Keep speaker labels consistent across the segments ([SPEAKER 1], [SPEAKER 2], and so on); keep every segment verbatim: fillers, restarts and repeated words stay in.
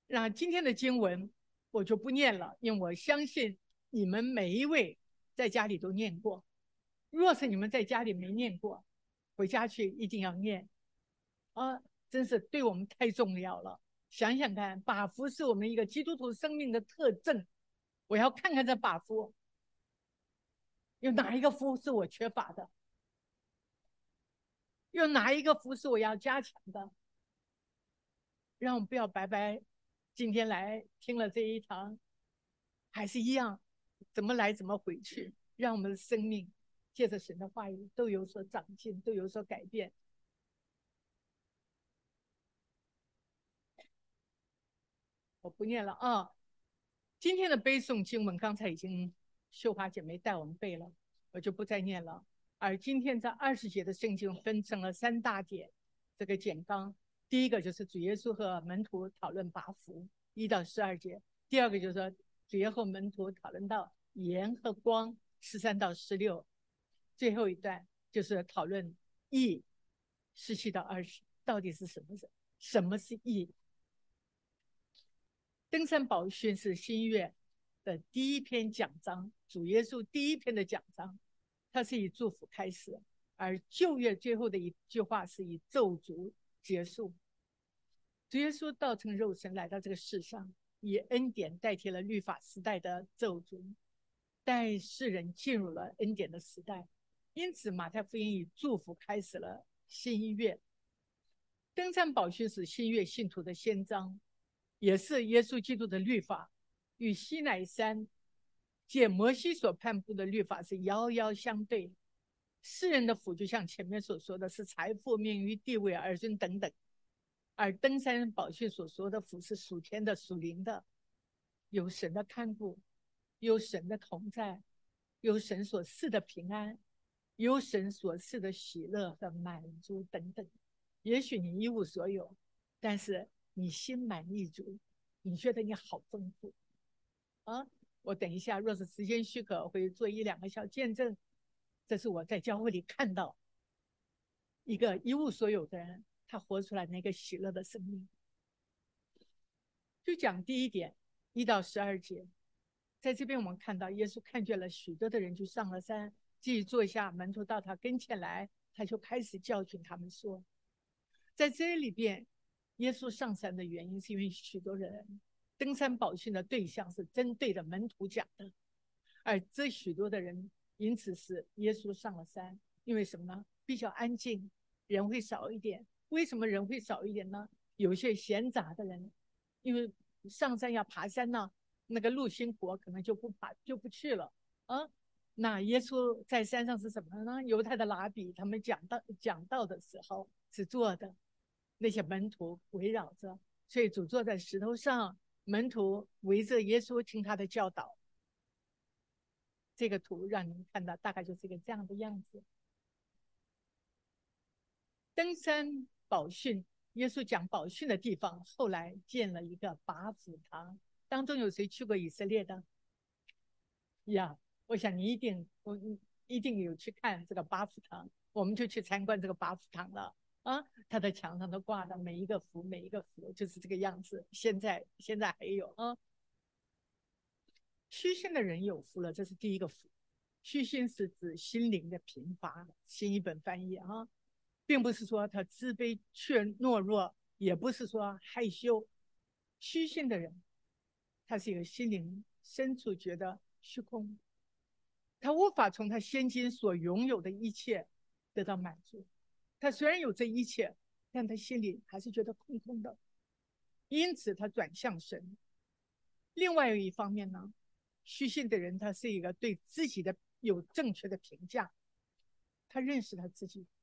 [SPEAKER 1] 那今天的经文我就不念了，因为我相信你们每一位在家里都念过。若是你们在家里没念过，回家去一定要念啊！真是对我们太重要了。想想看，把福是我们一个基督徒生命的特征。我要看看这把福有哪一个福是我缺乏的，有哪一个福是我要加强的。让我们不要白白今天来听了这一堂，还是一样，怎么来怎么回去，让我们的生命借着神的话语都有所长进，都有所改变。我不念了啊。今天的背诵经文刚才已经秀华姐妹带我们背了，我就不再念了。而今天这二十节的圣经分成了三大点，这个简纲。第一个就是主耶稣和门徒讨论八福，一到十二节；第二个就是说主耶稣和门徒讨论到盐和光，十三到十六；最后一段就是讨论义，十七到二十，到底是什么？什么是义？登山宝训是新月的第一篇讲章，主耶稣第一篇的讲章，它是以祝福开始，而旧约最后的一句话是以咒诅结束。主耶稣道成肉身来到这个世上，以恩典代替了律法时代的咒诅，带世人进入了恩典的时代。因此，马太福音以祝福开始了新月。登山宝训是新约信徒的宪章，也是耶稣基督的律法，与西乃山借摩西所颁布的律法是遥遥相对。世人的福就像前面所说的是财富、名誉、地位、儿孙等等，而登山宝训所说的福是属天的、属灵的，有神的看顾，有神的同在，有神所赐的平安，有神所赐的喜乐和满足等等。也许你一无所有，但是你心满意足，你觉得你好丰富啊！我等一下，若是时间许可，会做一两个小见证。这是我在教会里看到一个一无所有的人，他活出来那个喜乐的生命。就讲第一点，一到十二节，在这边我们看到耶稣看见了许多的人，就上了山，继续坐下，门徒到他跟前来，他就开始教训他们说，在这里边，耶稣上山的原因是因为许多人登山宝训的对象是针对的门徒讲的，而这许多的人因此是耶稣上了山，因为什么呢？比较安静，人会少一点。为什么人会少一点呢？有些闲杂的人，因为上山要爬山呢，那个路辛苦，可能就不爬就不去了啊。那耶稣在山上是什么呢？犹太的拉比他们讲道讲道的时候是坐的，那些门徒围绕着，所以主坐在石头上，门徒围着耶稣听他的教导。这个图让你们看到，大概就是一个这样的样子。登山宝训，耶稣讲宝训的地方，后来建了一个八福堂。当中有谁去过以色列的？呀，我想你一定，我一定有去看这个八福堂，我们就去参观这个八福堂了啊。它的墙上都挂的每一个福，每一个福就是这个样子。现在现在还有啊。虚心的人有福了，这是第一个福。虚心是指心灵的贫乏，新一本翻译啊，并不是说他自卑却懦弱，也不是说害羞。虚心的人，他是一个心灵深处觉得虚空，他无法从他先今所拥有的一切得到满足。他虽然有这一切，但他心里还是觉得空空的，因此他转向神。另外一方面呢，虚心的人他是一个对自己的有正确的评价，他认识他自己，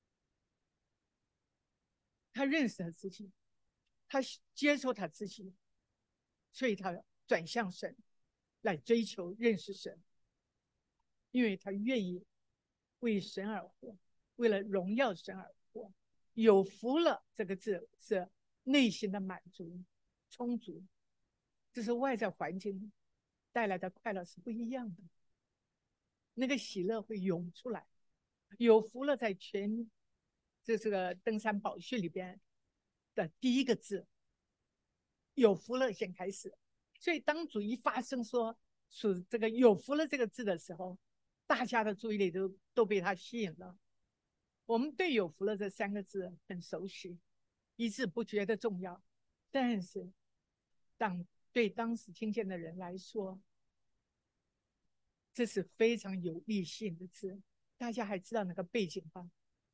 [SPEAKER 1] 他认识他自己，他接受他自己，所以他转向神，来追求认识神，因为他愿意为神而活，为了荣耀神而活。有福了这个字是内心的满足、充足，这是外在环境带来的快乐是不一样的，那个喜乐会涌出来。有福了，在全这这个登山宝训里边的第一个字有福了先开始。所以当主一发声说属这个有福了这个字的时候，大家的注意力都都被他吸引了。我们对有福了这三个字很熟悉，一字不觉得重要，但是当对当时听见的人来说，这是非常有力性的字。大家还知道那个背景吧？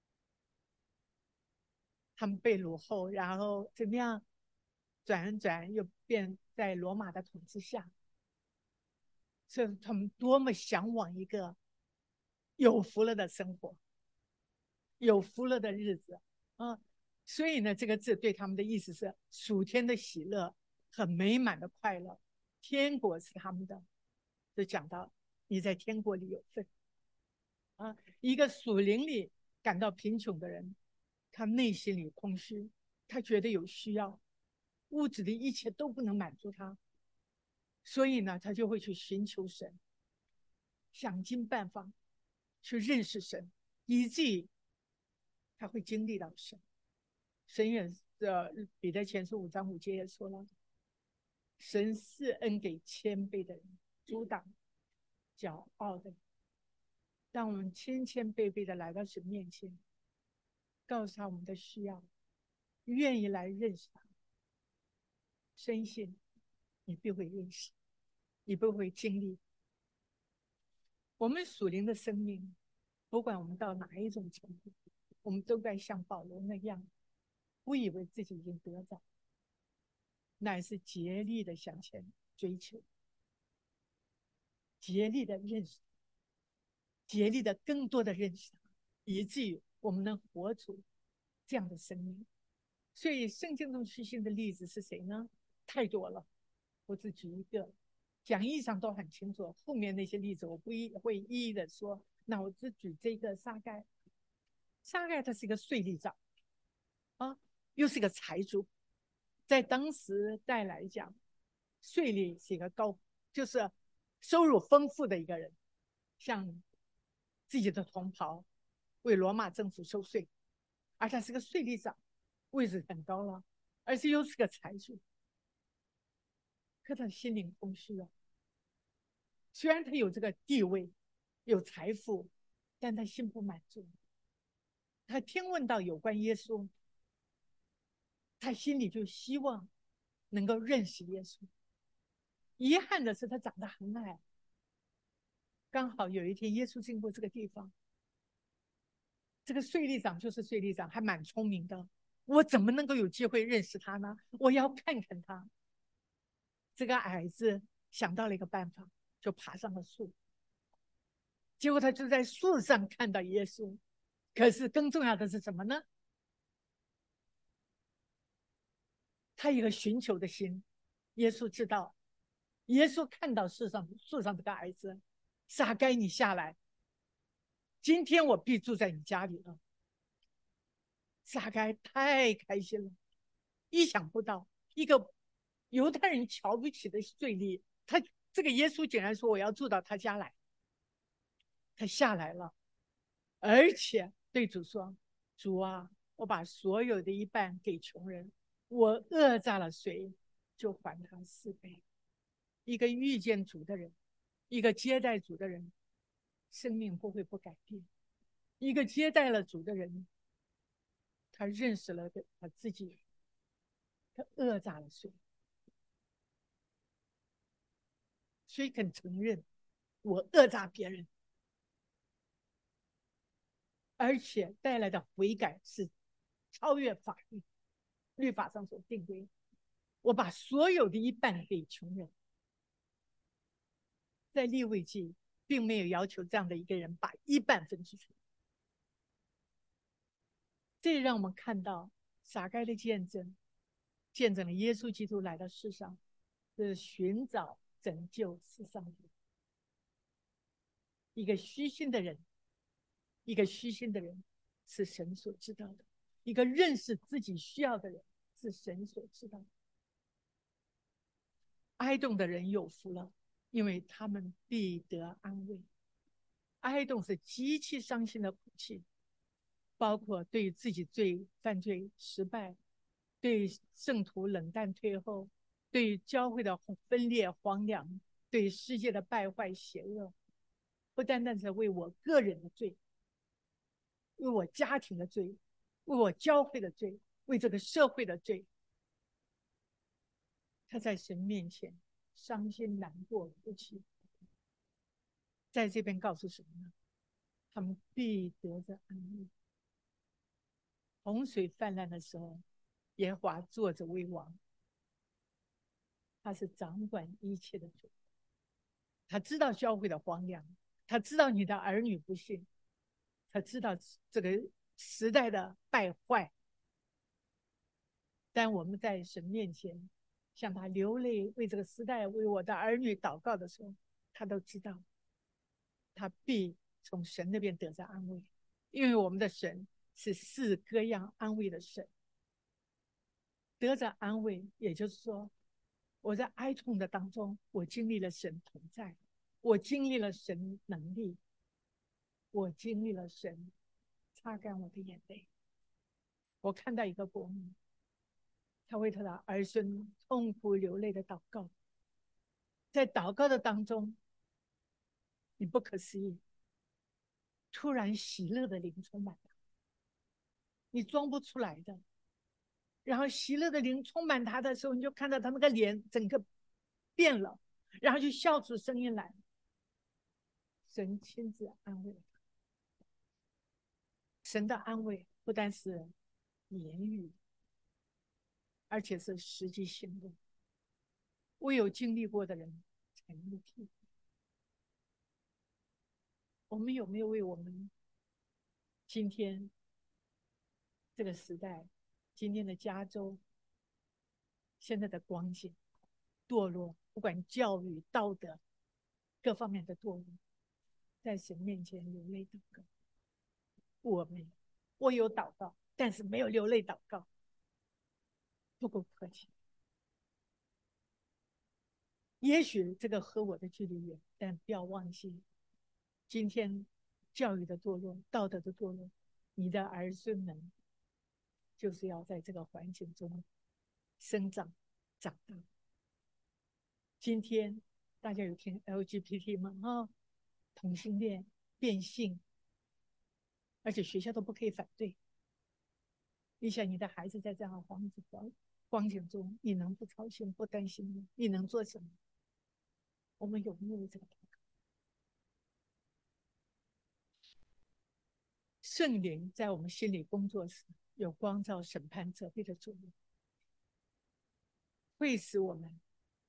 [SPEAKER 1] 他们被掳后，然后怎么样转转又变在罗马的统治下，所以他们多么向往一个有福了的生活，有福了的日子啊！所以呢，这个字对他们的意思是属天的喜乐和美满的快乐，天国是他们的。就讲到你在天国里有份啊！一个属灵里感到贫穷的人，他内心里空虚，他觉得有需要，物质的一切都不能满足他，所以呢，他就会去寻求神，想尽办法去认识神，以至于他会经历到神。神也呃，彼得前书五章五节也说了，神赐恩给谦卑的人，阻挡骄傲的人。当我们谦谦卑卑的来到神面前，告诉他我们的需要，愿意来认识他，深信你必会认识，你不会经历。我们属灵的生命，不管我们到哪一种程度，我们都该像保罗那样，不以为自己已经得着，乃是竭力的向前追求，竭力的认识，竭力的更多的认识他，以至于我们能活出这样的生命。所以圣经中虚心的例子是谁呢？太多了，我只举一个，讲义上都很清楚，后面那些例子我不一会一一的说，那我只举这个撒该。撒该他是一个税吏长啊，又是个财主，在当时代来讲，税吏是一个高，就是收入丰富的一个人，像自己的同袍为罗马政府收税，而他是个税吏长，位置很高了，而且又是个财主，可他心灵空虚啊。虽然他有这个地位，有财富，但他心不满足。他听闻到有关耶稣，他心里就希望能够认识耶稣。遗憾的是，他长得很矮。刚好有一天，耶稣经过这个地方，这个税吏长就是税吏长，还蛮聪明的。我怎么能够有机会认识他呢？我要看看他。这个矮子想到了一个办法，就爬上了树。结果他就在树上看到耶稣。可是更重要的是什么呢？他有一个寻求的心。耶稣知道，耶稣看到树上树上这个矮子，撒该你下来，今天我必住在你家里了。撒该太开心了，意想不到，一个犹太人瞧不起的税吏，他这个耶稣竟然说我要住到他家来。他下来了，而且对主说：“主啊，我把所有的一半给穷人，我讹诈了谁，就还他四倍。”一个遇见主的人，一个接待主的人，生命不会不改变。一个接待了主的人，他认识了他自己，他讹诈了谁，谁肯承认我讹诈别人，而且带来的悔改是超越法律律法上所定规。我把所有的一半给穷人。在利未记并没有要求这样的一个人把一半分出去。这让我们看到撒该的见证，见证了耶稣基督来到世上，是寻找拯救世上的人。一个虚心的人，一个虚心的人是神所知道的，一个认识自己需要的人是神所知道的。哀恸的人有福了，因为他们必得安慰。哀恸是极其伤心的哭泣，包括对自己罪犯罪失败，对圣徒冷淡退后， 对教会的分裂荒凉，对世界的败坏邪恶，不单单是为我个人的罪，为我家庭的罪，为我教会的罪，为这个社会的罪，他在神面前伤心难过哭泣。在这边告诉什么呢？他们必得着安慰。洪水泛滥的时候，耶和华坐着为王，他是掌管一切的主。他知道教会的荒凉，他知道你的儿女不信，他知道这个时代的败坏。但我们在神面前向他流泪，为这个时代，为我的儿女祷告的时候，他都知道，他必从神那边得着安慰，因为我们的神是赐各样安慰的神。得着安慰，也就是说，我在哀痛的当中，我经历了神同在，我经历了神能力，我经历了神擦干我的眼泪。我看到一个国民，他为他的儿孙痛哭流泪的祷告，在祷告的当中，你不可思议，突然喜乐的灵充满他，你装不出来的。然后喜乐的灵充满他的时候，你就看到他那个脸整个变了，然后就笑出声音来。神亲自安慰他，神的安慰不单是言语，而且是实际行动。唯有经历过的人才能体会。我们有没有为我们今天这个时代，今天的加州现在的光景堕落，不管教育、道德各方面的堕落，在神面前流泪祷告？我没有，我有祷告，但是没有流泪祷告，不够客气。也许这个和我的距离远，但不要忘记，今天教育的堕落、道德的堕落，你的儿孙们就是要在这个环境中生长、长大。今天大家有听 L G B T 吗？啊、哦，同性恋、变性，而且学校都不可以反对。你想，你的孩子在这样的光景光景中，你能不操心、不担心吗？你能做什么？我们有没有这个祷告？圣灵在我们心里工作时，有光照、审判、责备的作用，会使我们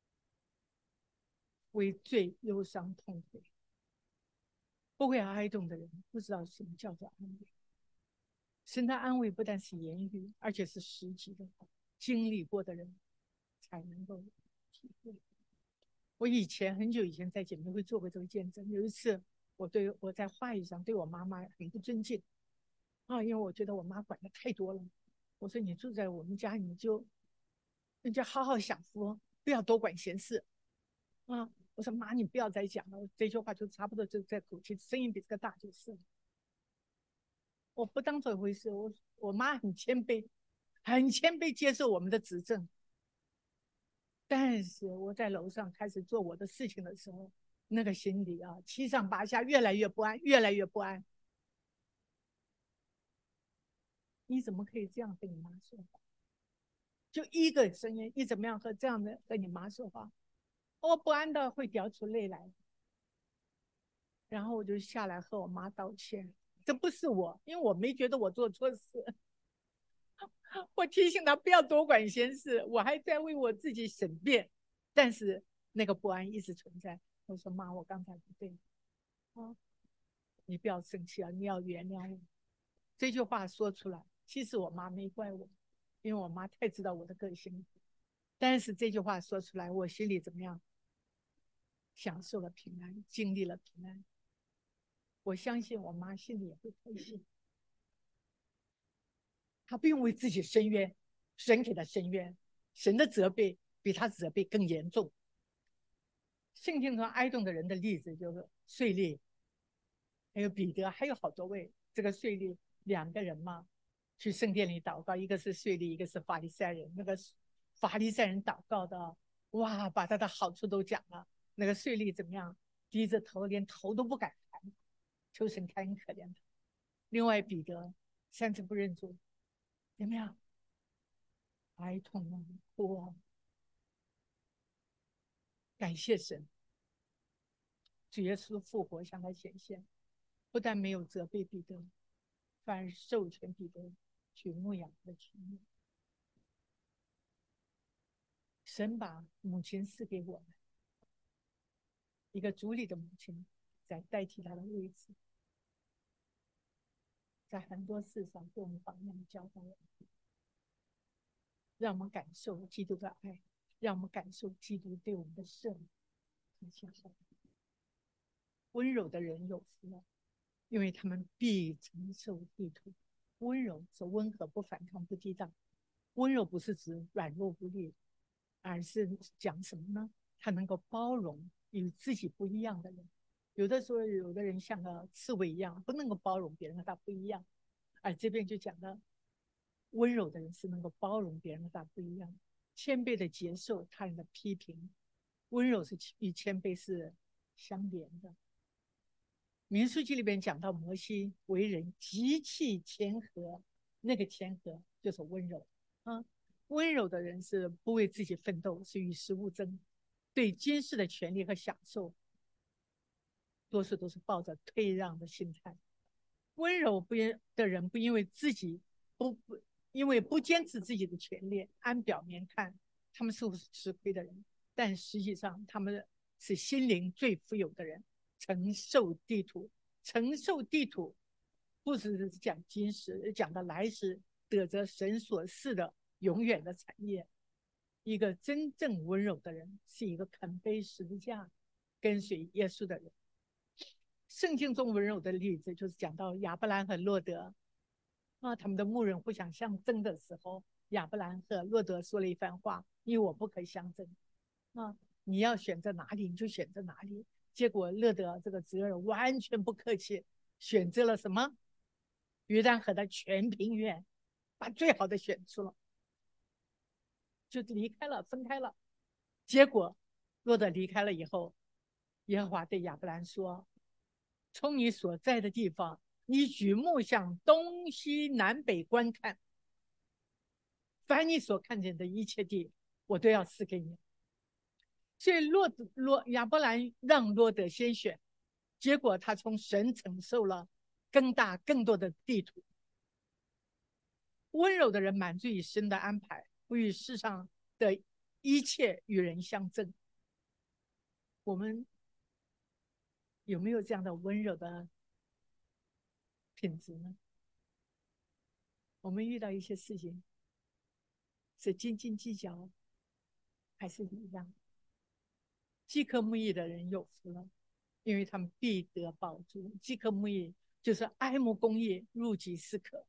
[SPEAKER 1] 为罪忧伤痛悔。不会哀动的人不知道什么叫做安慰。神的安慰不但是言语，而且是实际的，经历过的人才能够体会。我以前很久以前在姐妹会做过这个见证。有一次，我对我在话语上对我妈妈很不尊敬啊，因为我觉得我妈管的太多了。我说你住在我们家，你就你就好好享福，不要多管闲事啊。我说妈，你不要再讲了。这句话就差不多就在口气，声音比这个大就是了。我不当做一回事，我我妈很谦卑，很谦卑接受我们的指正。但是我在楼上开始做我的事情的时候，那个心里啊，七上八下，越来越不安，越来越不安。你怎么可以这样跟你妈说话？就一个声音，你怎么样和这样的和你妈说话？我不安的会掉出泪来。然后我就下来和我妈道歉，这不是我，因为我没觉得我做错事。我提醒她不要多管闲事，我还在为我自己审辩，但是那个不安一直存在。我说妈，我刚才不对，啊，你不要生气啊，你要原谅我。这句话说出来，其实我妈没怪我，因为我妈太知道我的个性。但是这句话说出来，我心里怎么样？享受了平安，经历了平安。我相信我妈心里也会开心。她不用为自己申冤，神给她申冤，神的责备比她责备更严重。圣经中哀痛的人的例子就是税吏，还有彼得，还有好多位。这个税吏两个人嘛，去圣殿里祷告，一个是税吏，一个是法利赛人。那个法利赛人祷告的哇，把他的好处都讲了。那个税吏怎么样？低着头，连头都不敢抬，求神开恩可怜他。另外彼得三次不认主，怎么样？哀痛啊，哭啊，感谢神，主耶稣复活向他显现，不但没有责备彼得，反而授权彼得去牧养他的群众。神把母亲赐给我们，一个主里的母亲，在代替他的位置，在很多事上给我们榜样教导我们，让我们感受基督的爱，让我们感受基督对我们的赦免和接受。温柔的人有福了，因为他们必承受地土。温柔是温和，不反抗，不抵挡。温柔不是指软弱无力，而是讲什么呢？他能够包容与自己不一样的人。有的时候，有的人像个刺猬一样，不能够包容别人和他不一样。而这边就讲到，温柔的人是能够包容别人和他不一样，谦卑的接受他人的批评。温柔是与谦卑是相连的。民数记里边讲到摩西为人极其谦和，那个谦和就是温柔啊。温柔的人是不为自己奋斗，是与世无争，对今世的权利和享受，多数都是抱着退让的心态。温柔不的人不因为自己不不因为不坚持自己的权利，按表面看他们是吃亏的人，但实际上他们是心灵最富有的人。承受地土，承受地土，不只是讲今时，讲到来时，得着神所赐的永远的产业。一个真正温柔的人，是一个肯背十字架、跟随耶稣的人。圣经中温柔的例子，就是讲到亚伯兰和洛德啊，他们的牧人互相相争的时候，亚伯兰和洛德说了一番话：“你我不可相争啊，你要选择哪里你就选择哪里。”结果勒德这个侄儿完全不客气，选择了什么？约旦河的全平原，把最好的选出了，就离开了，分开了。结果洛德离开了以后，耶和华对亚伯兰说：“从你所在的地方，你举目向东西南北观看，凡你所看见的一切地，我都要赐给你。”所以洛洛亚伯兰让洛德先选，结果他从神承受了更大更多的地土。温柔的人满足于神的安排，不与世上的一切与人相争。我们有没有这样的温柔的品质呢？我们遇到一些事情是斤斤计较还是礼让？饥渴慕义的人有福了，因为他们必得饱足。饥渴慕义就是爱慕公义，入己是可。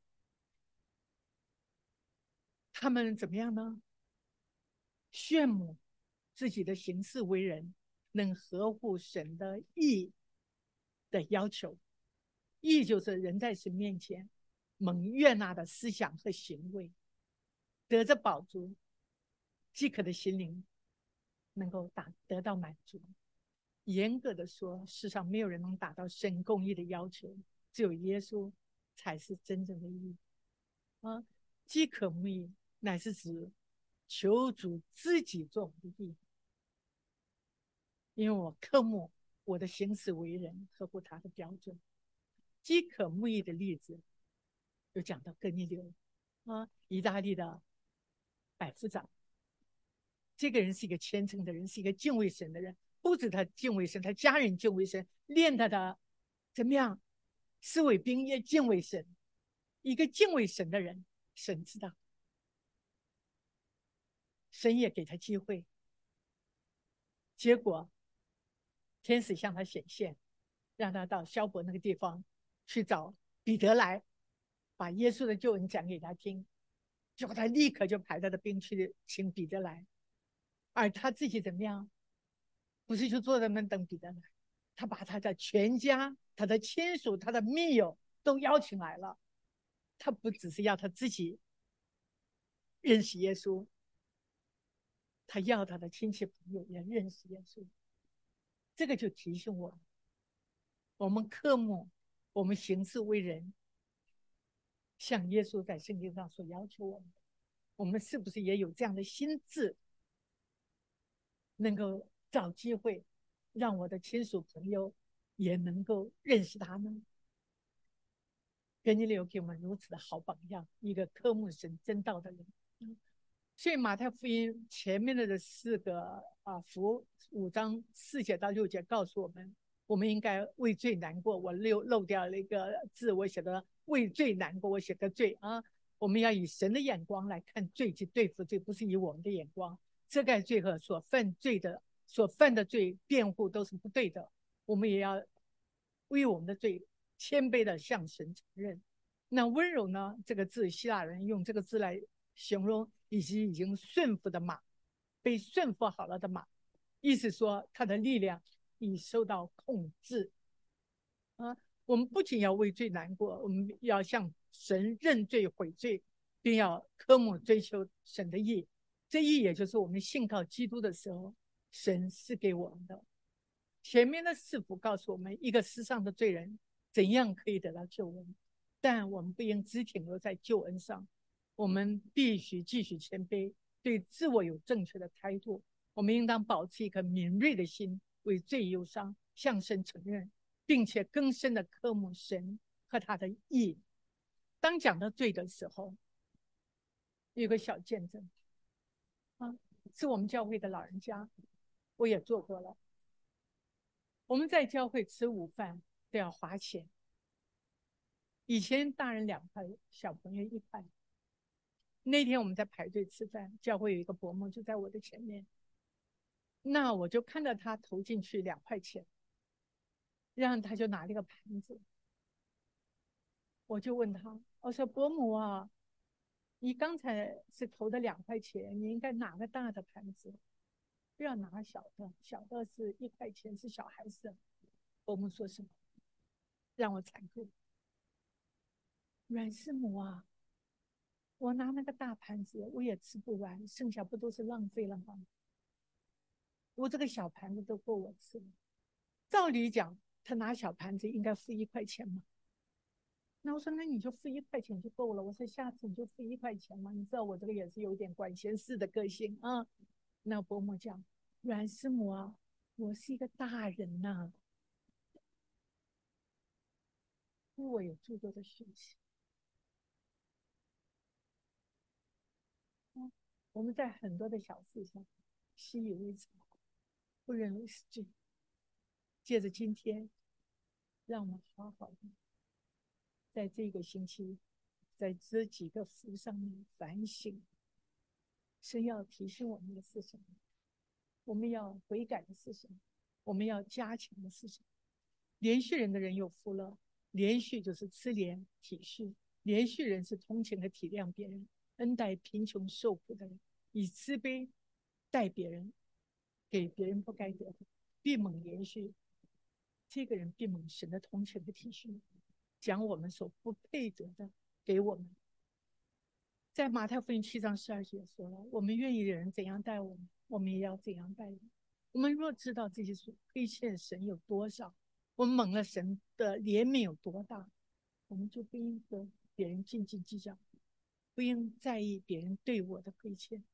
[SPEAKER 1] 他们怎么样呢？炫目自己的行事为人能合乎神的义的要求。义就是人在神面前蒙悦纳的思想和行为，得着饱足，饥渴的心灵能够达得到满足。严格的说，世上没有人能达到神公义的要求，只有耶稣才是真正的义啊。饥渴慕义乃是指求主自己做我的义，因为我渴慕我的行事为人合乎他的标准。饥渴慕义的例子有讲到哥尼流啊，意大利的百夫长，这个人是一个虔诚的人，是一个敬畏神的人。不止他敬畏神，他家人敬畏神，连他的怎么样，侍卫兵也敬畏神。一个敬畏神的人，神知道，神也给他机会。结果天使向他显现，让他到萧伯那个地方去找彼得来，把耶稣的救恩讲给他听。结果他立刻就派他的兵去请彼得来，而他自己怎么样？不是就坐在那等彼得来，他把他的全家、他的亲属、他的密友都邀请来了。他不只是要他自己认识耶稣， 他要他的亲戚朋友也认识耶稣。这个就提醒我们，我们科目，我们行事为人，像耶稣在圣经上所要求我们，我们是不是也有这样的心智，能够找机会让我的亲属朋友也能够认识他呢？给你留给我们如此的好榜样，一个科目神真道的人。所以马太福音前面的这四个啊福五章四节到六节告诉我们，我们应该为罪难过。我漏漏掉了一个字，我写的为罪难过，我写个罪啊。我们要以神的眼光来看罪及对付罪，不是以我们的眼光。遮盖罪和所犯罪的所犯的罪辩护都是不对的。我们也要为我们的罪谦卑的向神承认。那温柔呢？这个字，希腊人用这个字来形容以及已经顺服的马，被顺服好了的马，意思说他的力量已受到控制。啊，我们不仅要为罪难过，我们要向神认罪悔罪，并要科目追求神的义。这义也就是我们信靠基督的时候，神是给我们的。前面的四福告诉我们，一个世上的罪人怎样可以得到救恩，但我们不应只停留在救恩上，我们必须继续谦卑，对自我有正确的态度。我们应当保持一颗敏锐的心，为罪忧伤，向神承认，并且更深的科目神和他的义。当讲到罪的时候，有个小见证啊，是我们教会的老人家，我也做过了。我们在教会吃午饭都要花钱，以前大人两块，小朋友一块。那天我们在排队吃饭，教会有一个伯母就在我的前面，那我就看到他投进去两块钱，然后他就拿了一个盘子，我就问他，我说伯母啊，你刚才是投的两块钱，你应该拿个大的盘子，不要拿小的，小的是一块钱，是小孩子。伯母说什么？让我惭愧，阮师母啊，我拿那个大盘子我也吃不完，剩下不都是浪费了吗？我这个小盘子都够我吃了。照理讲，他拿小盘子应该付一块钱嘛。那我说，那你就付一块钱就够了。我说，下次你就付一块钱嘛。你知道我这个也是有点管闲事的个性啊。那伯母讲，阮师母啊，我是一个大人呐、啊，我有诸多的学习。嗯，我们在很多的小事上习以为常，不认为是罪。借着今天，让我们好好的在这个星期，在这几个福上面反省。神要提醒我们的是什么？我们要悔改的是什么？我们要加强的是什么？连续人的人有福了，连续就是慈怜体恤，连续人是同情和体谅别人，恩待贫穷受苦的人，以慈悲待别人，给别人不该得的，必蒙连续。这个人必蒙神的同情和体恤，将我们所不配得的给我们。在马太福音七章十二节说了，我们愿意的人怎样待我们，我们也要怎样待人。我们若知道这些所亏欠神有多少，我们蒙了神的怜悯有多大，我们就不应和别人斤斤计较，不应在意别人对我的亏欠。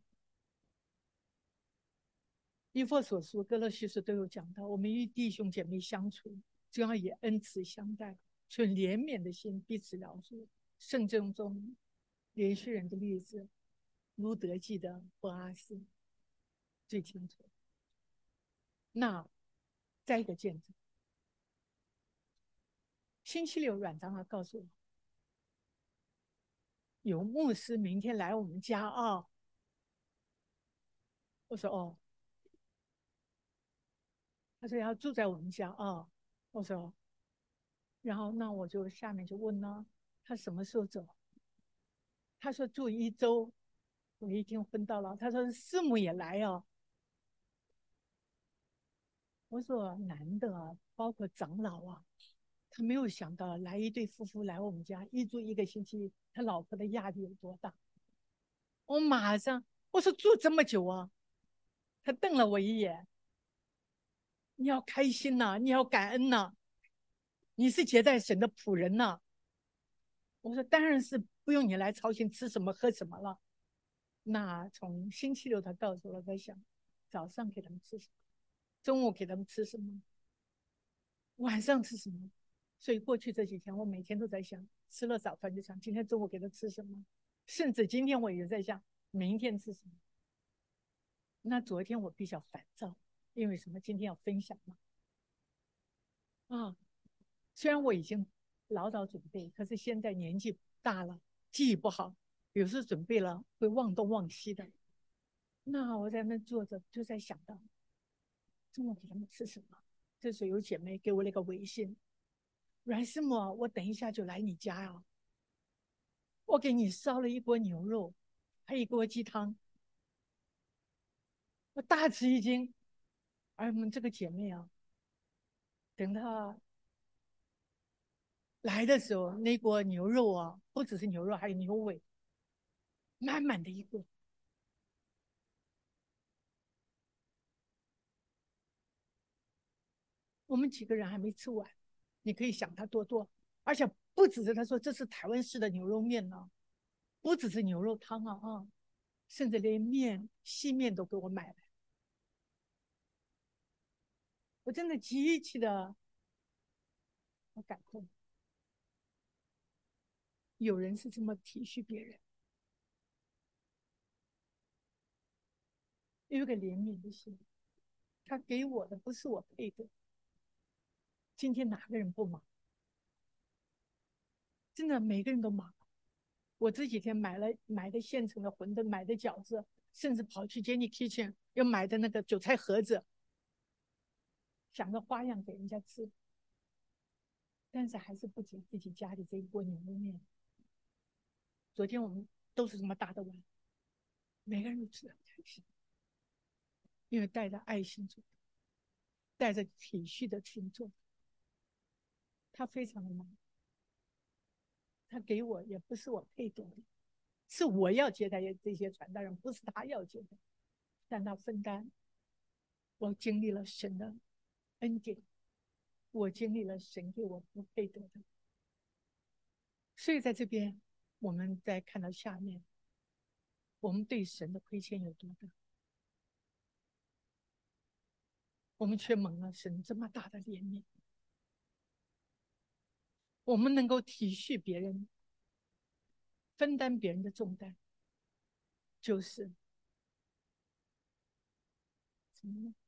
[SPEAKER 1] 以弗所书、哥罗西书都有讲到，我们与弟兄姐妹相处，就要以恩慈相待，存怜悯的心，彼此饶恕。圣经中连续人的例子，如得记的波阿斯最清楚。那再一个见证，星期六阮长老告诉我，有牧师明天来我们家啊、哦。我说哦，他说要住在我们家啊、哦。我说，然后那我就下面就问了，他什么时候走？他说住一周。我一听昏到了，他说师母也来哦。我说男的啊，包括长老啊，他没有想到来一对夫妇来我们家一住一个星期，他老婆的压力有多大。我马上我说住这么久啊， 他瞪了我一眼，你要开心呐、啊，你要感恩呐、啊，你是接待神的仆人呐、啊。我说当然是不用你来操心吃什么喝什么了。那从星期六他告诉我，在想早上给他们吃什么，中午给他们吃什么，晚上吃什么。所以过去这几天我每天都在想，吃了早饭就想今天中午给他吃什么，甚至今天我也在想明天吃什么。那昨天我比较烦躁，因为什么？今天要分享嘛。啊，虽然我已经老早准备，可是现在年纪大了，记忆不好，有时准备了会忘东忘西的。那我在那坐着，就在想到中午给他们吃什么。这时候有姐妹给我了一个微信，阮师母，我等一下就来你家呀、啊，我给你烧了一锅牛肉，还有一锅鸡汤，我大吃一惊。而我们这个姐妹啊，等她来的时候，那锅牛肉啊，不只是牛肉，还有牛尾，满满的一锅。我们几个人还没吃完，你可以想他多多。而且不只是他说这是台湾式的牛肉面呢，不只是牛肉汤啊啊，甚至连面细面都给我买了。我真的极其的感动，有人是这么体恤别人，有一个怜悯的心。他给我的不是我配的，今天哪个人不忙？真的每个人都忙。我这几天买了买的现成的馄饨，买的饺子，甚至跑去 Jenny Kitchen 又买的那个韭菜盒子，想个花样给人家吃，但是还是不及自己家里这一锅牛肉面。昨天我们都是这么大的碗，每个人都吃得很开心，因为带着爱心做，带着体恤的心做。他非常的忙，他给我也不是我配得的，是我要接待这些传道人，不是他要接待，但他分担。我经历了神的恩典，我经历了神给我不配得的。所以在这边，我们再看到下面，我们对神的亏欠有多大，我们却蒙了神这么大的怜悯。我们能够体恤别人，分担别人的重担，就是什么呢？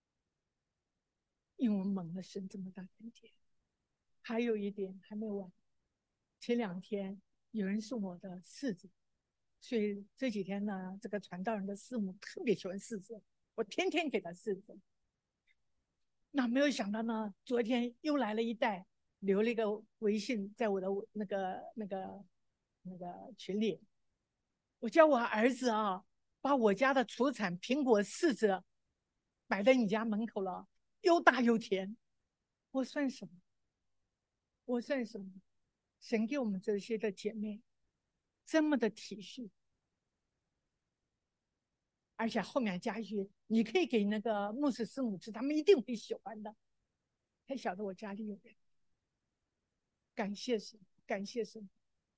[SPEAKER 1] 因为我们蒙了神这么大的恩典。还有一点还没完，前两天有人送我的柿子，所以这几天呢，这个传道人的师母特别喜欢柿子，我天天给他柿子。那没有想到呢，昨天又来了一袋，留了一个微信在我的那个那个那个群里，我叫我儿子啊，把我家的土产苹果柿子摆在你家门口了，又大又甜，我算什么？我算什么？神给我们这些的姐妹这么的体恤，而且后面加一句，你可以给那个牧师师母吃，他们一定会喜欢的。才晓得我家里有人，感谢神，感谢神。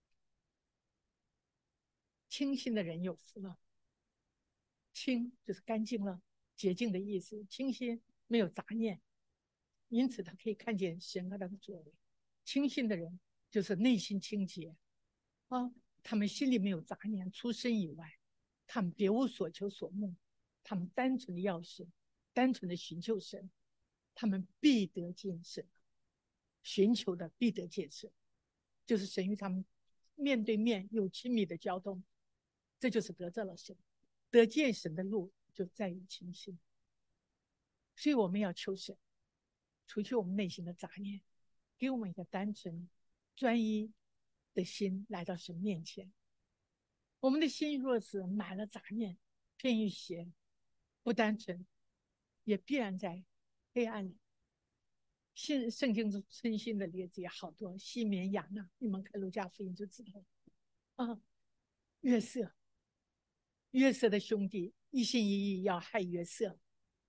[SPEAKER 1] 清心的人有福了，清就是干净了，洁净的意思，清心没有杂念，因此他可以看见神和他的作为。清心的人就是内心清洁啊，他们心里没有杂念，出生以外，他们别无所求所慕，他们单纯的要神，单纯的寻求神，他们必得见神，寻求的必得见神，就是神与他们面对面有亲密的交通，这就是得着了神。得见神的路就在于清心，所以我们要求神除去我们内心的杂念，给我们一个单纯专一的心来到神面前。我们的心若是满了杂念，偏于邪，不单纯，也必然在黑暗里。圣圣经中称心的例子也好多，西缅雅纳，你们看路加福音就知道了啊。约瑟，约瑟的兄弟一心一意要害约瑟，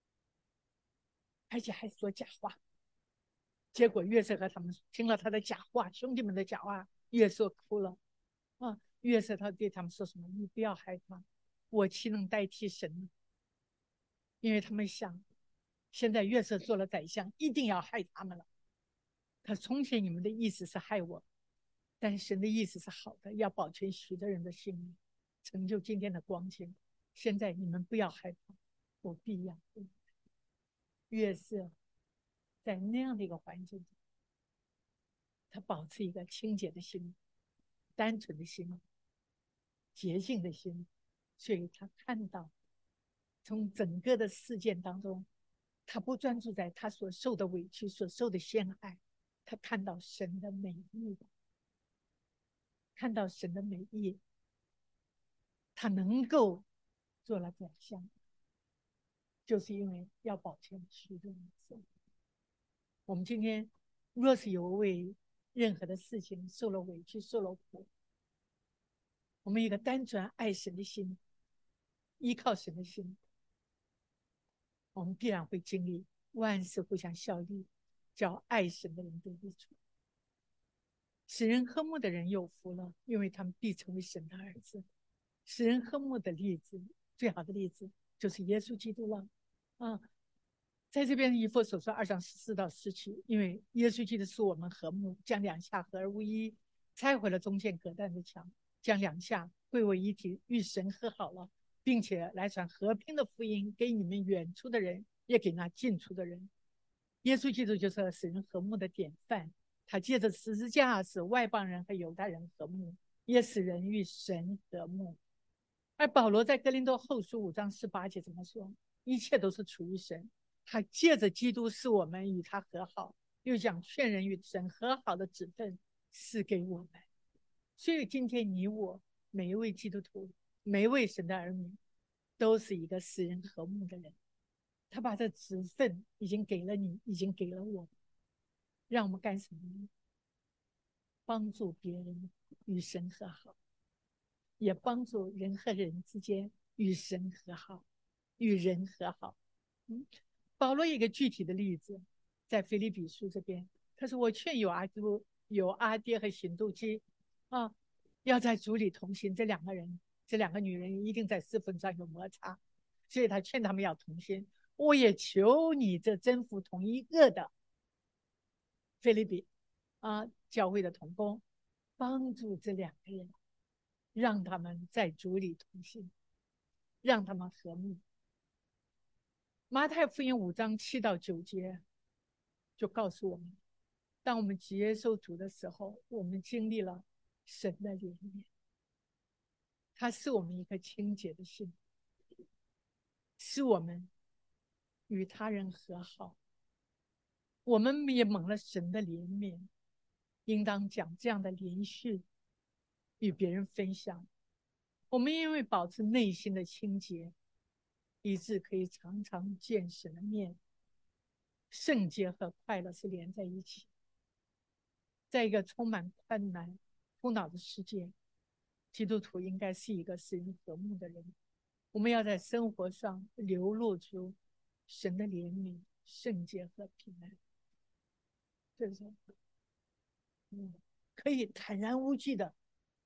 [SPEAKER 1] 而且还说假话。结果约瑟和他们听了他的假话，兄弟们的假话，约瑟哭了。啊，约瑟他对他们说什么？你不要害怕，我岂能代替神呢？因为他们想，现在约瑟做了宰相，一定要害他们了。他从前你们的意思是害我，但是神的意思是好的，要保全许多人的性命，成就今天的光景。现在你们不要害怕，我必养护。约瑟在那样的一个环境中，他保持一个清洁的心、单纯的心、洁净的心，所以他看到从整个的事件当中，他不专注在他所受的委屈、所受的陷害，他看到神的美意，看到神的美意，他能够做了宰相，就是因为要保全许多人的生命。我们今天若是有为任何的事情受了委屈、受了苦，我们一个单纯爱神的心，依靠神的心，我们必然会经历万事互相效力，叫爱神的人得益处。使人和睦的人有福了，因为他们必成为神的儿子。使人和睦的例子，最好的例子就是耶稣基督了。啊，在这边以弗所说二章十四到十七，因为耶稣基督使我们和睦，将两下合而为一，拆毁了中间隔断的墙，将两下归为一体，与神和好了，并且来传和平的福音给你们远处的人，也给那近处的人。耶稣基督就是使人和睦的典范，他借着十字架使外邦人和犹太人和睦，也使人与神和睦。而保罗在哥林多后书五章十八节怎么说？一切都是出于神，他借着基督使我们与他和好，又将劝人与神和好的职分赐给我们。所以今天你我每一位基督徒，每一位神的儿女，都是一个使人和睦的人。他把这职分已经给了你，已经给了我，让我们干什么呢？帮助别人与神和好，也帮助人和人之间与神和好，与人和好。嗯，保罗一个具体的例子，在腓立比书这边，他说：“我劝有阿都、有阿爹和行度基啊，要在主里同行。这两个人，这两个女人一定在侍奉上有摩擦，所以他劝他们要同心。我也求你这征服同一个的腓立比啊教会的同工，帮助这两个人，让他们在主里同心，让他们和睦。”马太福音五章七到九节就告诉我们，当我们接受主的时候，我们经历了神的怜悯，它是我们一颗清洁的心，是我们与他人和好。我们也蒙了神的怜悯，应当将这样的连续与别人分享。我们因为保持内心的清洁，以致可以常常见神的面。圣洁和快乐是连在一起。在一个充满困难、苦恼的世界，基督徒应该是一个使人和睦的人。我们要在生活上流露出神的怜悯、圣洁和平安。这是，嗯，可以坦然无惧的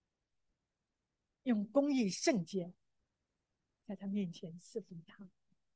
[SPEAKER 1] 用公义、圣洁在他面前侍奉他。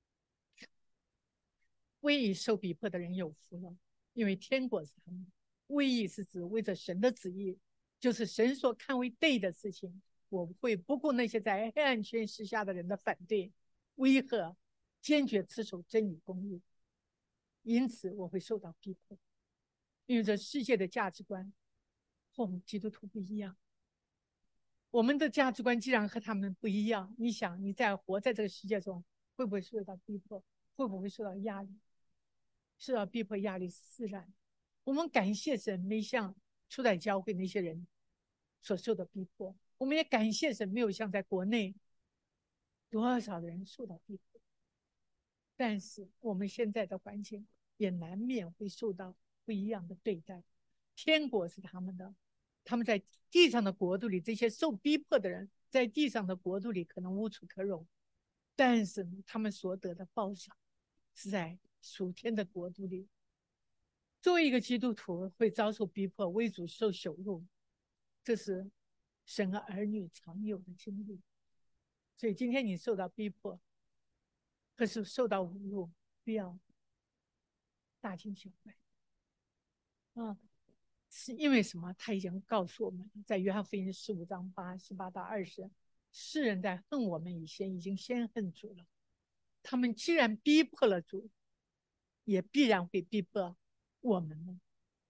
[SPEAKER 1] 为义受逼迫的人有福了，因为天国是他们。为义是指为着神的旨意，就是神所看为对的事情，我会不顾那些在黑暗权势下的人的反对、威吓，坚决持守真理公义。因此我会受到逼迫，因为这世界的价值观和我们基督徒不一样。我们的价值观既然和他们不一样，你想你在活在这个世界中，会不会受到逼迫？会不会受到压力？受到逼迫压力是自然。我们感谢神没像初代教会那些人所受的逼迫，我们也感谢神没有像在国内多少人受到逼迫。但是我们现在的环境也难免会受到不一样的对待。天国是他们的，他们在地上的国度里，这些受逼迫的人在地上的国度里可能无处可容， 但是他们所得的报赏是在属天的国度里。作为一个基督徒，会遭受逼迫，为主受羞辱，这是神和儿女常有的经历。所以今天你受到逼迫，可是受到侮辱，不要大惊小怪。啊，是因为什么？他已经告诉我们，在约翰福音十五章八十八到二十，世人在恨我们以前，已经先恨主了。他们既然逼迫了主，也必然会逼迫我们了。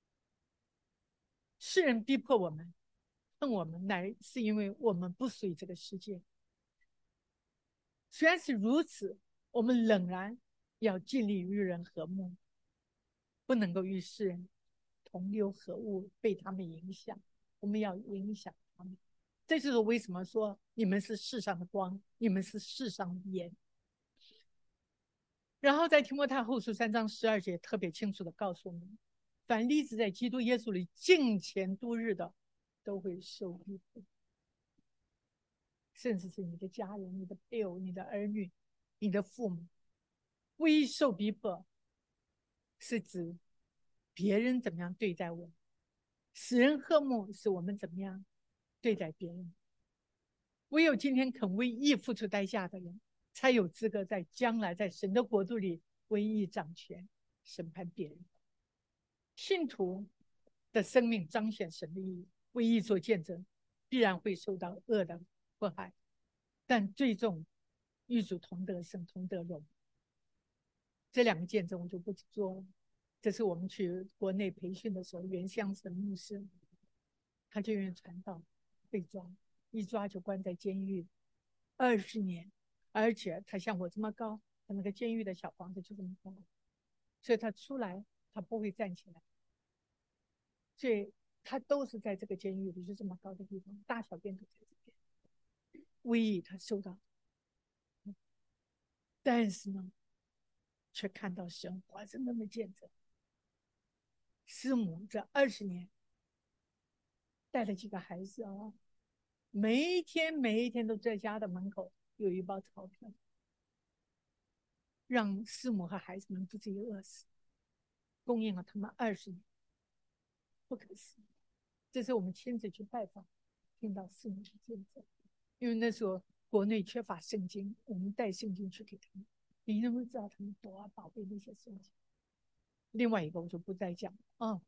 [SPEAKER 1] 世人逼迫我们，恨我们，乃是因为我们不属于这个世界。虽然是如此，我们仍然要尽力与人和睦，不能够与世人同流合污，被他们影响。我们要影响他们。这就是为什么说你们是世上的光，你们是世上的盐。然后在提摩太后书三章十二节特别清楚的告诉我们，凡立志在基督耶稣里敬虔度日的，都会受逼迫，甚至是你的家人、你的配偶、你的儿女、你的父母。为受逼迫是指别人怎么样对待我，使人和睦是我们怎么样对待别人。唯有今天肯为义付出代价的人，才有资格在将来在神的国度里为义掌权，审判别人。信徒的生命彰显神的义，为义做见证，必然会受到恶的迫害，但最终与主同得胜，同得荣。这两个见证我就不做了。这是我们去国内培训的时候，原乡神牧师，他就因为传道被抓，一抓就关在监狱二十年，而且他像我这么高，他那个监狱的小房子就这么高，所以他出来他不会站起来，所以他都是在这个监狱里，就这么高的地方，大小便都在这边。为义他受到，但是呢，却看到神活生生的见证。师母这二十年带了几个孩子啊，每一天每一天都在家的门口有一包钞票，让师母和孩子们不至于饿死，供应了他们二十年，不可思议。这是我们亲自去拜访，听到师母的见证。因为那时候国内缺乏圣经，我们带圣经去给他们，你能不能知道他们多宝贝那些圣经？另外一个我就不再讲了啊。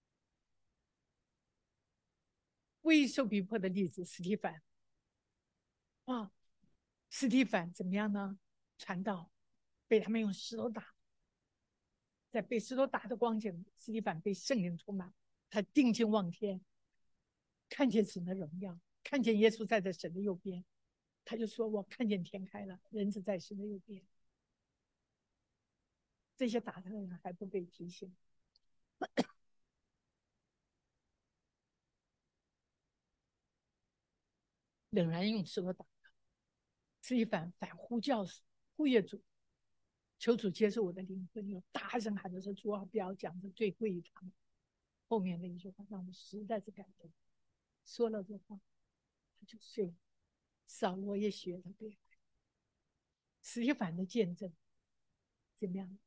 [SPEAKER 1] 为受逼迫的例子，史蒂凡啊，史蒂凡怎么样呢？传道被他们用石头打，在被石头打的光景，史蒂凡被圣灵充满，他定睛望天，看见神的荣耀，看见耶稣在这神的右边，他就说：“我看见天开了，人子在神的右边。”这些打他的人还不被提醒。仍然用石头打他，史蒂凡反呼叫呼吁主，求主接受我的灵魂，又大声喊着说：“主啊，不要讲这最贵他们。”后面的一句话让我实在是感动。说了这话，他就睡了。扫罗也学了对。史蒂凡的见证怎么样？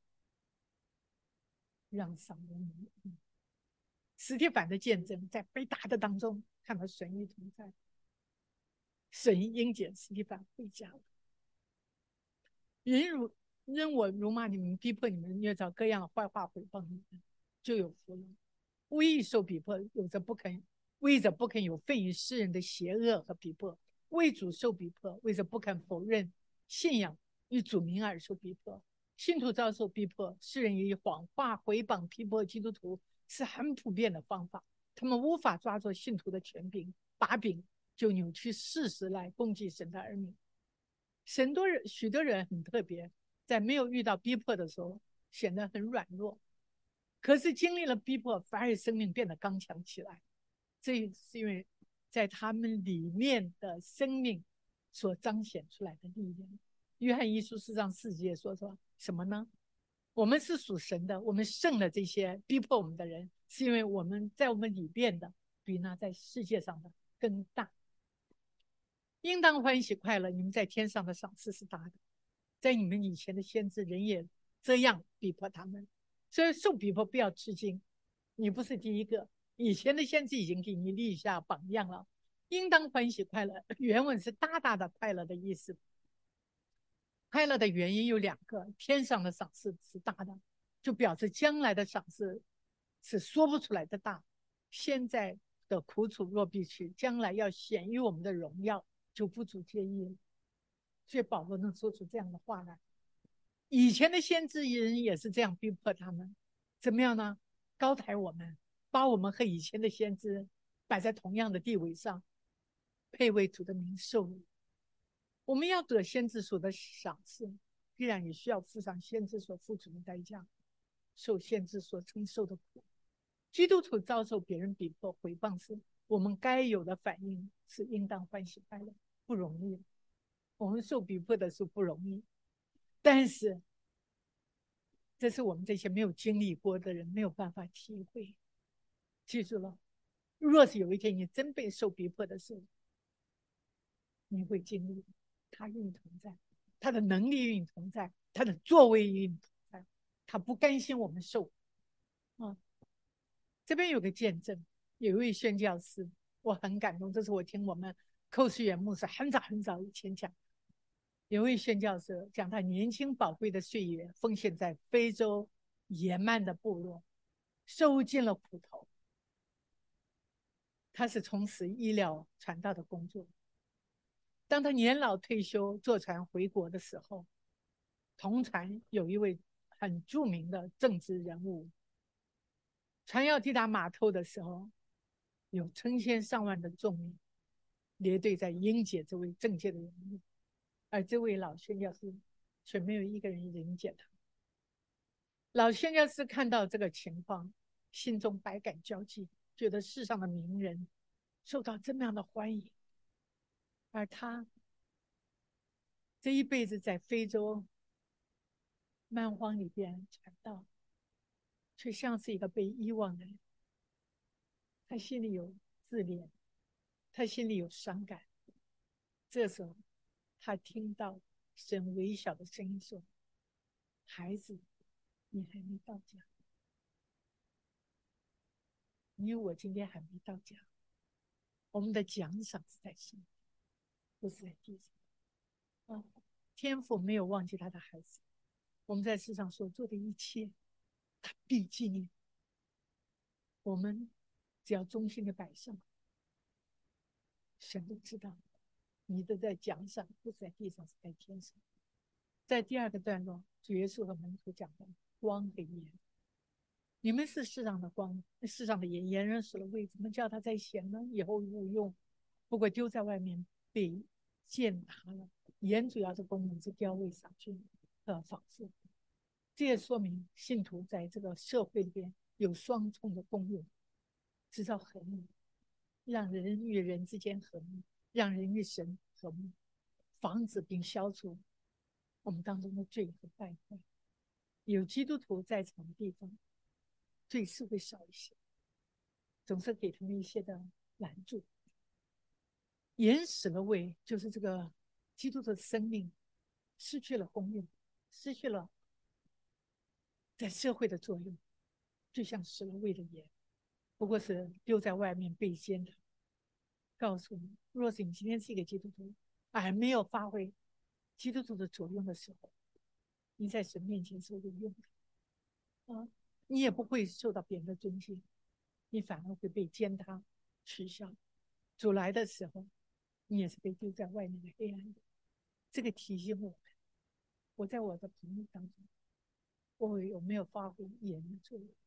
[SPEAKER 1] 让扫罗迷惑。史蒂凡的见证在被打的当中看到神与同在，神应拣史蒂凡回家了。人如人我辱骂你们，逼迫你们，捏造各样的坏话毁谤你们，就有福了。为义受逼迫，有着不肯为着不肯有废于世人的邪恶和逼迫；为主受逼迫，为着不肯否认信仰与主名而受逼迫。信徒遭受逼迫，世人以谎话毁谤逼迫基督徒是很普遍的方法。他们无法抓住信徒的权柄把柄，就扭曲事实来攻击神的儿女。神多人许多人很特别，在没有遇到逼迫的时候显得很软弱，可是经历了逼迫，反而生命变得刚强起来。这是因为在他们里面的生命所彰显出来的力量。约翰一书四章四节说说什么呢？我们是属神的，我们胜了这些逼迫我们的人，是因为我们在我们里面的比那在世界上的更大。应当欢喜快乐，你们在天上的赏赐是大的。 在你们以前的先知人也这样逼迫他们，所以受逼迫不要吃惊，你不是第一个，以前的先知已经给你立下榜样了。应当欢喜快乐，原文是大大的快乐的意思。快乐的原因有两个，天上的赏赐是大的，就表示将来的赏赐是说不出来的大。现在的苦楚若必去，将来要显于我们的荣耀，就不足介意了。所以保罗能说出这样的话来。以前的先知人也是这样逼迫他们，怎么样呢？高抬我们，把我们和以前的先知摆在同样的地位上，配为主的名受辱。我们要得先知所的赏赐，必然也需要付上先知所付出的代价，受先知所承受的苦。基督徒遭受别人逼迫、毁谤时，我们该有的反应是应当欢喜快乐，不容易。我们受逼迫的时候不容易，但是这是我们这些没有经历过的人没有办法体会。记住了，若是有一天你真被受逼迫的时候，你会经历他与你同在，他的能力与你同在，他的作为与你同在，他不甘心我们受。啊，这边有个见证，有一位宣教师，我很感动，这是我听我们寇世远牧师很早很早以前讲。有位宣教师讲他年轻宝贵的岁月奉献在非洲野蛮的部落，受尽了苦头。他是从事医疗传道的工作。当他年老退休坐船回国的时候，同船有一位很著名的政治人物。船要抵达码头的时候，有成千上万的众民列队在迎接这位政界的人物，而这位老宣教师却没有一个人迎接他。老宣教师看到这个情况，心中百感交集，觉得世上的名人受到这么样的欢迎，而他这一辈子在非洲蛮荒里边传道，却像是一个被遗忘的人。他心里有自怜，他心里有伤感。这时候，他听到神微小的声音说：“孩子，你还没到家。你我今天还没到家。我们的奖赏是在上面，不是在地上。啊，天父没有忘记他的孩子。我们在世上所做的一切，他必纪念。我们只要忠心的摆上，神都知道。你的在奖赏不是在地上，是在天上。”在第二个段落，主耶稣和门徒讲的光和盐，你们是世上的光，世上的盐，盐人死了味，怎么叫它再咸呢？以后无用，不过丢在外面被践踏了。盐主要的功能是调味杀菌和防腐。这也说明信徒在这个社会里边有双重的功用，制造和睦，让人与人之间和睦，让人与神和睦，防止并消除我们当中的罪和败坏。有基督徒在场的地方，罪是会少一些，总是给他们一些的拦住。盐死了味，就是这个基督徒的生命失去了功用，失去了在社会的作用，就像死了味的盐，不过是丢在外面被践踏。告诉你，若是你今天是一个基督徒，而没有发挥基督徒的作用的时候，你在神面前是无用的啊！你也不会受到别人的尊敬，你反而会被践踏、取笑。主来的时候，你也是被丢在外面的黑暗里。这个提醒我们，我在我的朋友当中，我有没有发挥盐的作用？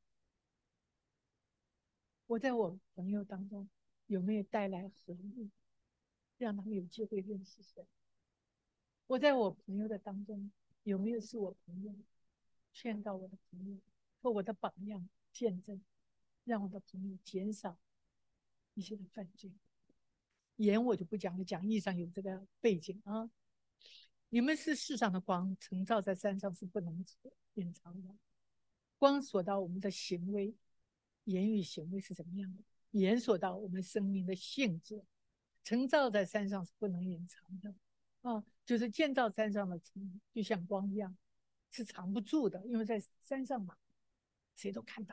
[SPEAKER 1] 我在我朋友当中有没有带来和睦，让他们有机会认识神？我在我朋友的当中有没有是我朋友劝告我的朋友，和我的榜样见证，让我的朋友减少一些的犯罪？盐我就不讲了，讲义上有这个背景啊。你们是世上的光，晨照在山上是不能隐藏的。光所到我们的行为，言语行为是怎么样的？盐所到我们生命的性质，晨照在山上是不能隐藏的。 啊，就是建造山上的城，就像光一样，是藏不住的，因为在山上嘛，谁都看到。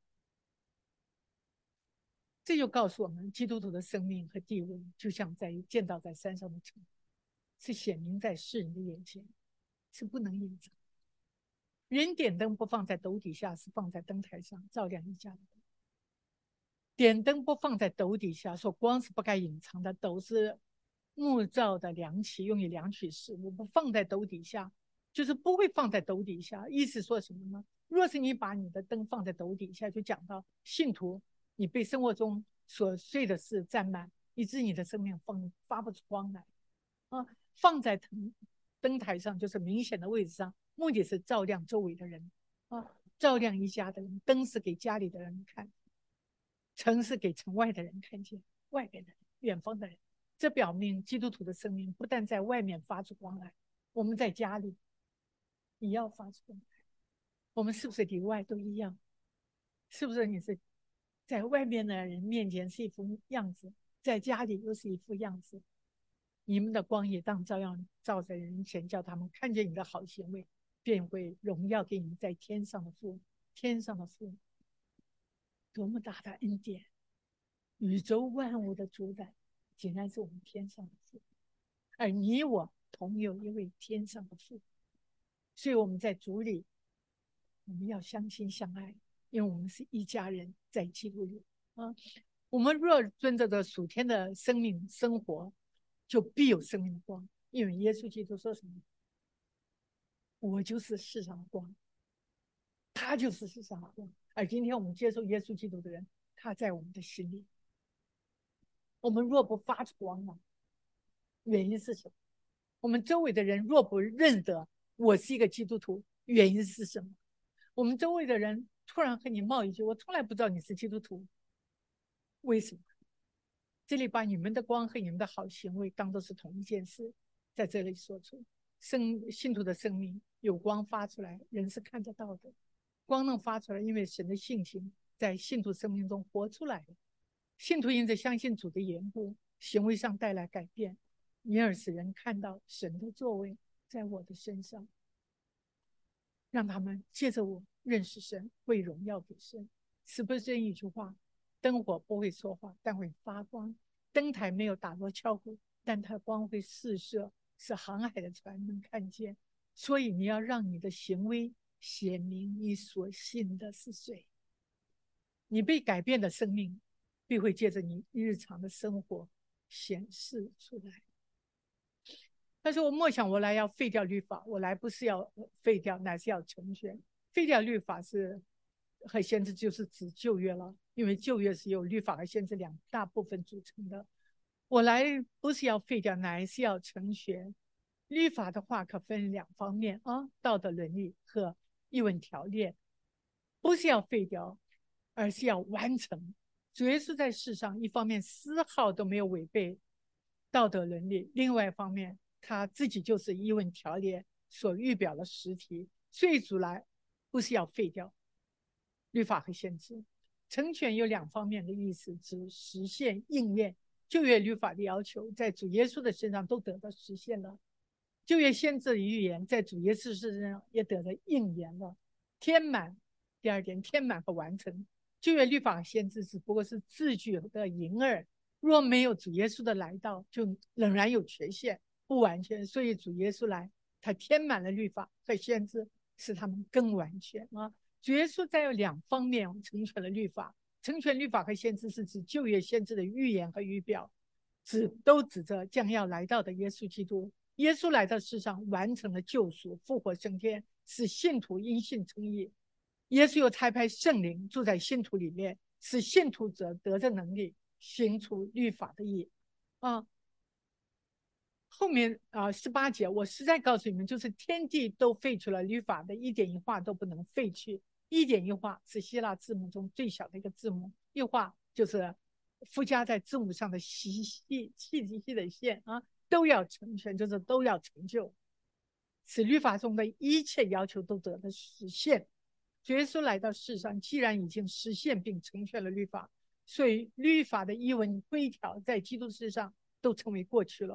[SPEAKER 1] 这就告诉我们，基督徒的生命和地位，就像在建造在山上的城，是显明在世人的眼前，是不能隐藏。人点灯不放在斗底下，是放在灯台上，照亮一家的灯。点灯不放在斗底下，说光是不该隐藏的，斗是木造的量器，用于量取事物，不放在斗底下，就是不会放在斗底下。意思说什么呢？若是你把你的灯放在斗底下，就讲到信徒，你被生活中琐碎的事占满，以致你的生命放发不出光来啊。放在灯灯台上，就是明显的位置上，目的是照亮周围的人啊，照亮一家的人。灯是给家里的人看，城是给城外的人看见，外边的人，远方的人。这表明基督徒的生命不但在外面发出光来，我们在家里也要发出光来。我们是不是里外都一样？是不是你是在外面的人面前是一副样子，在家里又是一副样子？你们的光也当照样照在人前，叫他们看见你的好行为，便会荣耀给你们在天上的父。天上的父，多么大的恩典！宇宙万物的主宰，竟然是我们天上的父，而你我同有一位天上的父。所以我们在主里，我们要相亲相爱，因为我们是一家人，在基督里啊。我们若遵着这属天的生命生活，就必有生命的光。因为耶稣基督说什么？我就是世上的光，他就是世上的光。而今天我们接受耶稣基督的人，他在我们的心里。我们若不发出光来，原因是什么？我们周围的人若不认得我是一个基督徒，原因是什么？我们周围的人突然和你冒一句：“我从来不知道你是基督徒。”为什么？这里把你们的光和你们的好行为当作是同一件事，在这里说出生信徒的生命有光发出来，人是看得到的。光能发出来，因为神的性情在信徒生命中活出来了。信徒因着相信主的言故，行为上带来改变，因而使人看到神的作为在我的身上，让他们借着我认识神，为荣耀给神。是不是这一句话？灯火不会说话，但会发光；灯台没有打落敲鼓，但它光会四射，使航海的船能看见。所以你要让你的行为显明你所信的是谁。你被改变的生命必会借着你日常的生活显示出来。但是我默想，我来要废掉律法，我来不是要废掉，乃是要成全。废掉律法是和先知，就是指旧约了，因为旧约是由律法和先知两大部分组成的。我来不是要废掉，乃是要成全。律法的话可分两方面啊，道德伦理和译文条例，不是要废掉，而是要完成。主耶稣在世上，一方面丝毫都没有违背道德伦理，另外一方面他自己就是译文条例所预表的实体，所以主来不是要废掉律法和先知。成全有两方面的意思，指实现应验旧约律法的要求，在主耶稣的身上都得到实现了。旧约先知的预言在主耶稣身上也得到应验了。填满，第二点，填满和完成。旧约律法和先知只不过是字句的影儿，若没有主耶稣的来到，就仍然有缺陷，不完全。所以主耶稣来，他填满了律法和先知，使他们更完全啊。主耶稣在有两方面成全了律法，成全律法和先知是指旧约先知的预言和预表，指都指着将要来到的耶稣基督。耶稣来到世上，完成了救赎，复活升天，使信徒因信称义。耶稣又差派圣灵住在信徒里面，使信徒者得着能力，行出律法的义啊。后面啊，十八节，我实在告诉你们，就是天地都废除了律法的，一点一画都不能废去。一点一画是希腊字母中最小的一个字母，一画就是附加在字母上的细细细细的线啊，都要成全，就是都要成就，使律法中的一切要求都得到实现。主耶稣来到世上，既然已经实现并成全了律法，所以律法的一文规条在基督身上都成为过去了。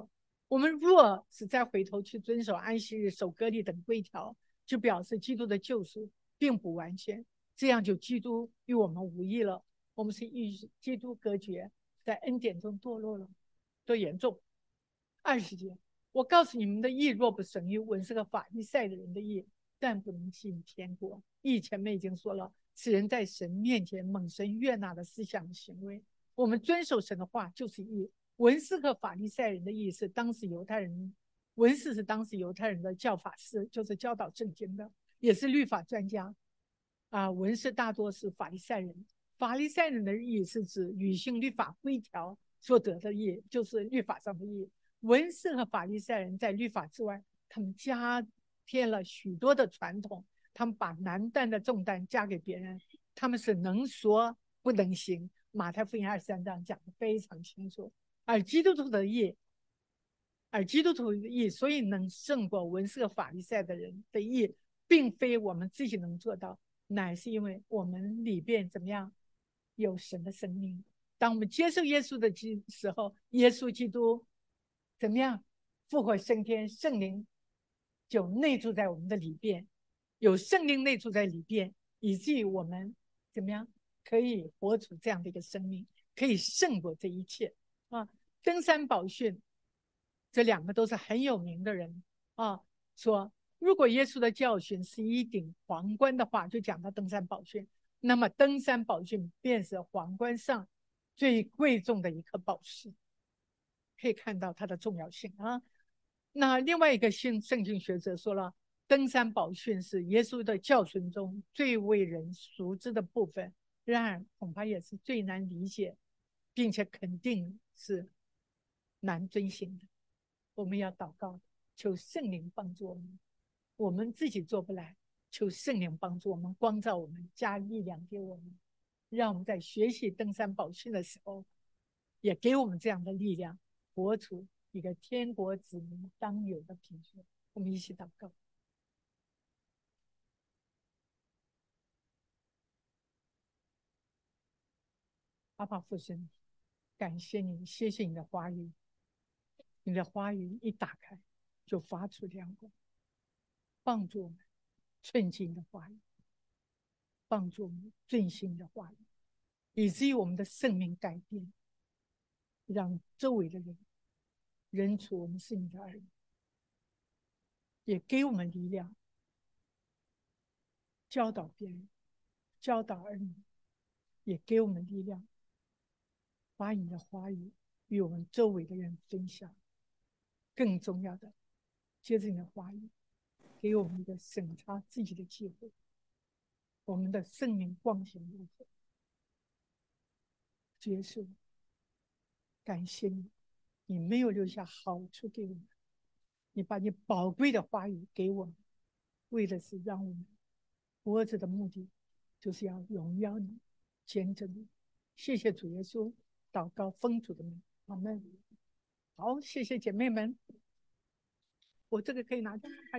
[SPEAKER 1] 我们若是再回头去遵守安息日、守割礼等规条，就表示基督的救赎并不完全，这样就基督与我们无异了。我们是与基督隔绝，在恩典中堕落了，多严重！二十节，我告诉你们的义，若不省于文士和法利赛的人的义，但不能进天国。义前面已经说了，使人在神面前蒙神悦纳的思想行为。我们遵守神的话就是义。文士和法利赛人的义是当时犹太人，文士是当时犹太人的教法师，就是教导圣经的，也是律法专家。啊，文士大多是法利赛人。法利赛人的义是指履行律法规条所得的义，就是律法上的义。文士和法利赛人在律法之外，他们加添了许多的传统，他们把难担的重担加给别人，他们是能说不能行。马太福音二十三章讲得非常清楚。而基督徒的义，而基督徒的义，所以能胜过文士和法利赛的人的义，并非我们自己能做到，乃是因为我们里边怎么样有神的生命。当我们接受耶稣的时候，耶稣基督怎么样复活升天，圣灵就内住在我们的里边，有圣灵内住在里边，以至于我们怎么样可以活出这样的一个生命，可以胜过这一切啊！登山宝训，这两个都是很有名的人啊。说如果耶稣的教训是一顶皇冠的话，就讲到登山宝训，那么登山宝训便是皇冠上最贵重的一颗宝石，可以看到它的重要性啊。那另外一个圣圣经学者说了，登山宝训是耶稣的教训中最为人熟知的部分，然而恐怕也是最难理解，并且肯定是难遵行的。我们要祷告，求圣灵帮助我们，我们自己做不来，求圣灵帮助我们，光照我们，加力量给我们，让我们在学习登山宝训的时候，也给我们这样的力量，活出一个天国子民当有的品质。我们一起祷告。阿爸父神，感谢你，谢谢你的话语，你的话语一打开就发出亮光，帮助我们顺境的话语，帮助我们遵行的话语，以至于我们的生命改变，让周围的人认出我们是你的儿女，也给我们力量，教导别人，教导儿女，也给我们力量，把你的话语与我们周围的人分享。更重要的，接着你的话语，给我们一个审查自己的机会。我们的生命光显如何？结束，感谢你，你没有留下好处给我们，你把你宝贵的话语给我们，为的是让我们活着的目的，就是要荣耀你，见证你。谢谢主耶稣，祷告奉主的名，阿门。好，谢谢姐妹们，我这个可以拿。